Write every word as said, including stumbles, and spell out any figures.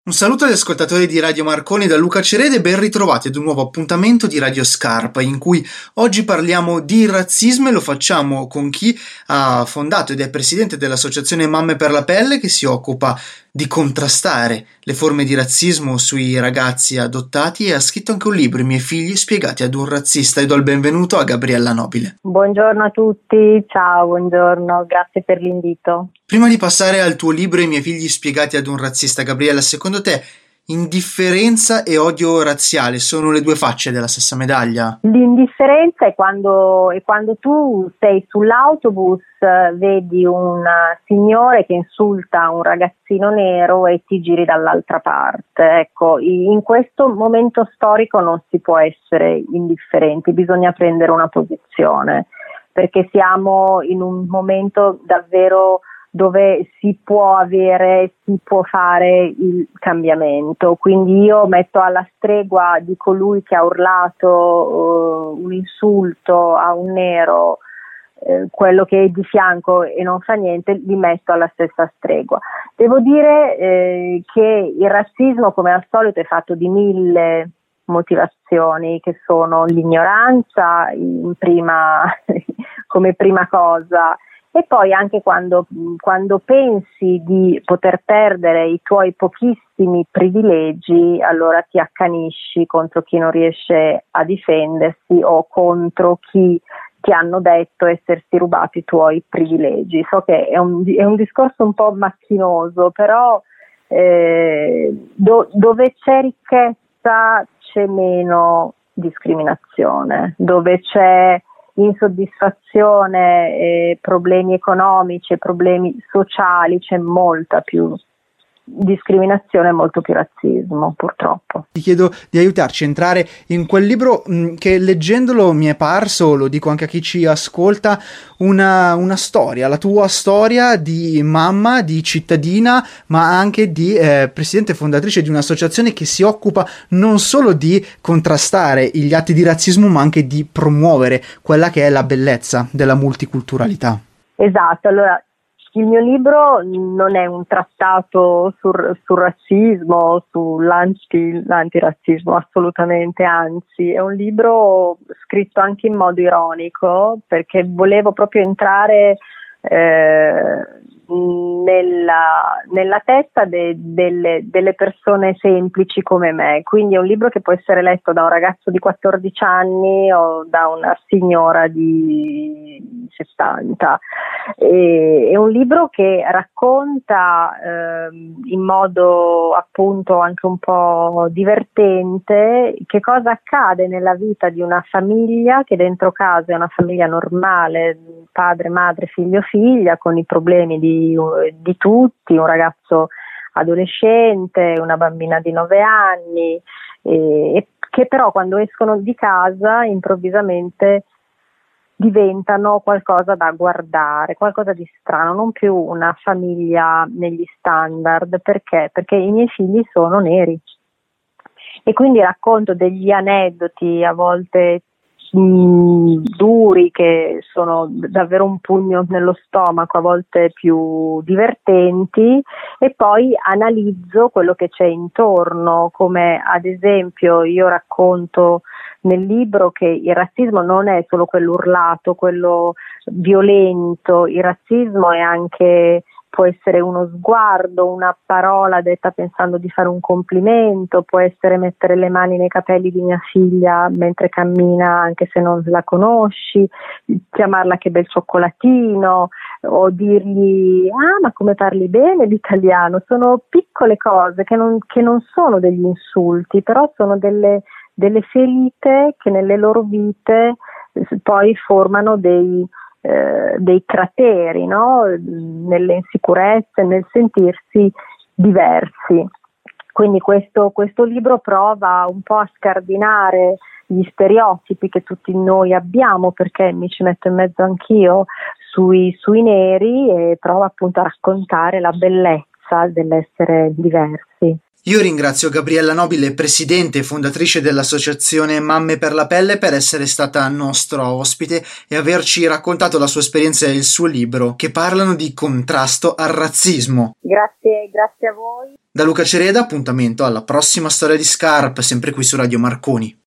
Un saluto agli ascoltatori di Radio Marconi da Luca Cerede e ben ritrovati ad un nuovo appuntamento di Radio Scarpa in cui oggi parliamo di razzismo e lo facciamo con chi ha fondato ed è presidente dell'Associazione Mamme per la Pelle, che si occupa di contrastare le forme di razzismo sui ragazzi adottati e ha scritto anche un libro, I miei figli spiegati ad un razzista, e do il benvenuto a Gabriella Nobile. Buongiorno a tutti, ciao, buongiorno, grazie per l'invito. Prima di passare al tuo libro I miei figli spiegati ad un razzista, Gabriella, secondo te indifferenza e odio razziale sono le due facce della stessa medaglia? L'indifferenza è quando, è quando tu sei sull'autobus, vedi un signore che insulta un ragazzino nero e ti giri dall'altra parte. Ecco, in questo momento storico non si può essere indifferenti, bisogna prendere una posizione, perché siamo in un momento davvero dove si può avere, si può fare il cambiamento. Quindi io metto alla stregua di colui che ha urlato uh, un insulto a un nero, eh, quello che è di fianco e non fa niente, li metto alla stessa stregua. Devo dire eh, che il razzismo, come al solito, è fatto di mille motivazioni, che sono l'ignoranza in prima, come prima cosa. E poi anche quando, quando pensi di poter perdere i tuoi pochissimi privilegi, allora ti accanisci contro chi non riesce a difendersi o contro chi ti hanno detto essersi rubato i tuoi privilegi. So che è un, è un discorso un po' macchinoso, però eh, do, dove c'è ricchezza c'è meno discriminazione, dove c'è insoddisfazione, eh, problemi economici e problemi sociali, c'è molta più discriminazione e molto più razzismo, purtroppo. Ti chiedo di aiutarci a entrare in quel libro mh, che leggendolo mi è parso, lo dico anche a chi ci ascolta, una, una storia, la tua storia di mamma, di cittadina, ma anche di eh, presidente fondatrice di un'associazione che si occupa non solo di contrastare gli atti di razzismo, ma anche di promuovere quella che è la bellezza della multiculturalità. Esatto, allora il mio libro non è un trattato sul, sul razzismo, sull'antirazzismo, assolutamente, anzi è un libro scritto anche in modo ironico, perché volevo proprio entrare eh, nella, nella testa de, delle, delle persone semplici come me. Quindi è un libro che può essere letto da un ragazzo di quattordici anni o da una signora di sessanta. E, è un libro che racconta eh, in modo appunto anche un po' divertente che cosa accade nella vita di una famiglia che dentro casa è una famiglia normale, padre, madre, figlio, figlia, con i problemi di, di tutti, un ragazzo adolescente, una bambina di nove anni, e, e che però quando escono di casa improvvisamente diventano qualcosa da guardare, qualcosa di strano, non più una famiglia negli standard. Perché? Perché i miei figli sono neri. E quindi racconto degli aneddoti a volte mh, duri, che sono davvero un pugno nello stomaco, a volte più divertenti, e poi analizzo quello che c'è intorno, come ad esempio io racconto nel libro che il razzismo non è solo quello urlato, quello violento, il razzismo è anche, può essere uno sguardo, una parola detta pensando di fare un complimento, può essere mettere le mani nei capelli di mia figlia mentre cammina anche se non la conosci, chiamarla che bel cioccolatino o dirgli ah ma come parli bene l'italiano. Sono piccole cose che non, che non sono degli insulti, però sono delle delle ferite che nelle loro vite poi formano dei, eh, dei crateri, no? Nelle insicurezze, nel sentirsi diversi. Quindi questo, questo libro prova un po' a scardinare gli stereotipi che tutti noi abbiamo, perché mi ci metto in mezzo anch'io, sui, sui neri, e prova appunto a raccontare la bellezza dell'essere diversi. Io ringrazio Gabriella Nobile, presidente e fondatrice dell'associazione Mamme per la Pelle, per essere stata nostra ospite e averci raccontato la sua esperienza e il suo libro, che parlano di contrasto al razzismo. Grazie, grazie a voi. Da Luca Cereda, appuntamento alla prossima storia di Scarp, sempre qui su Radio Marconi.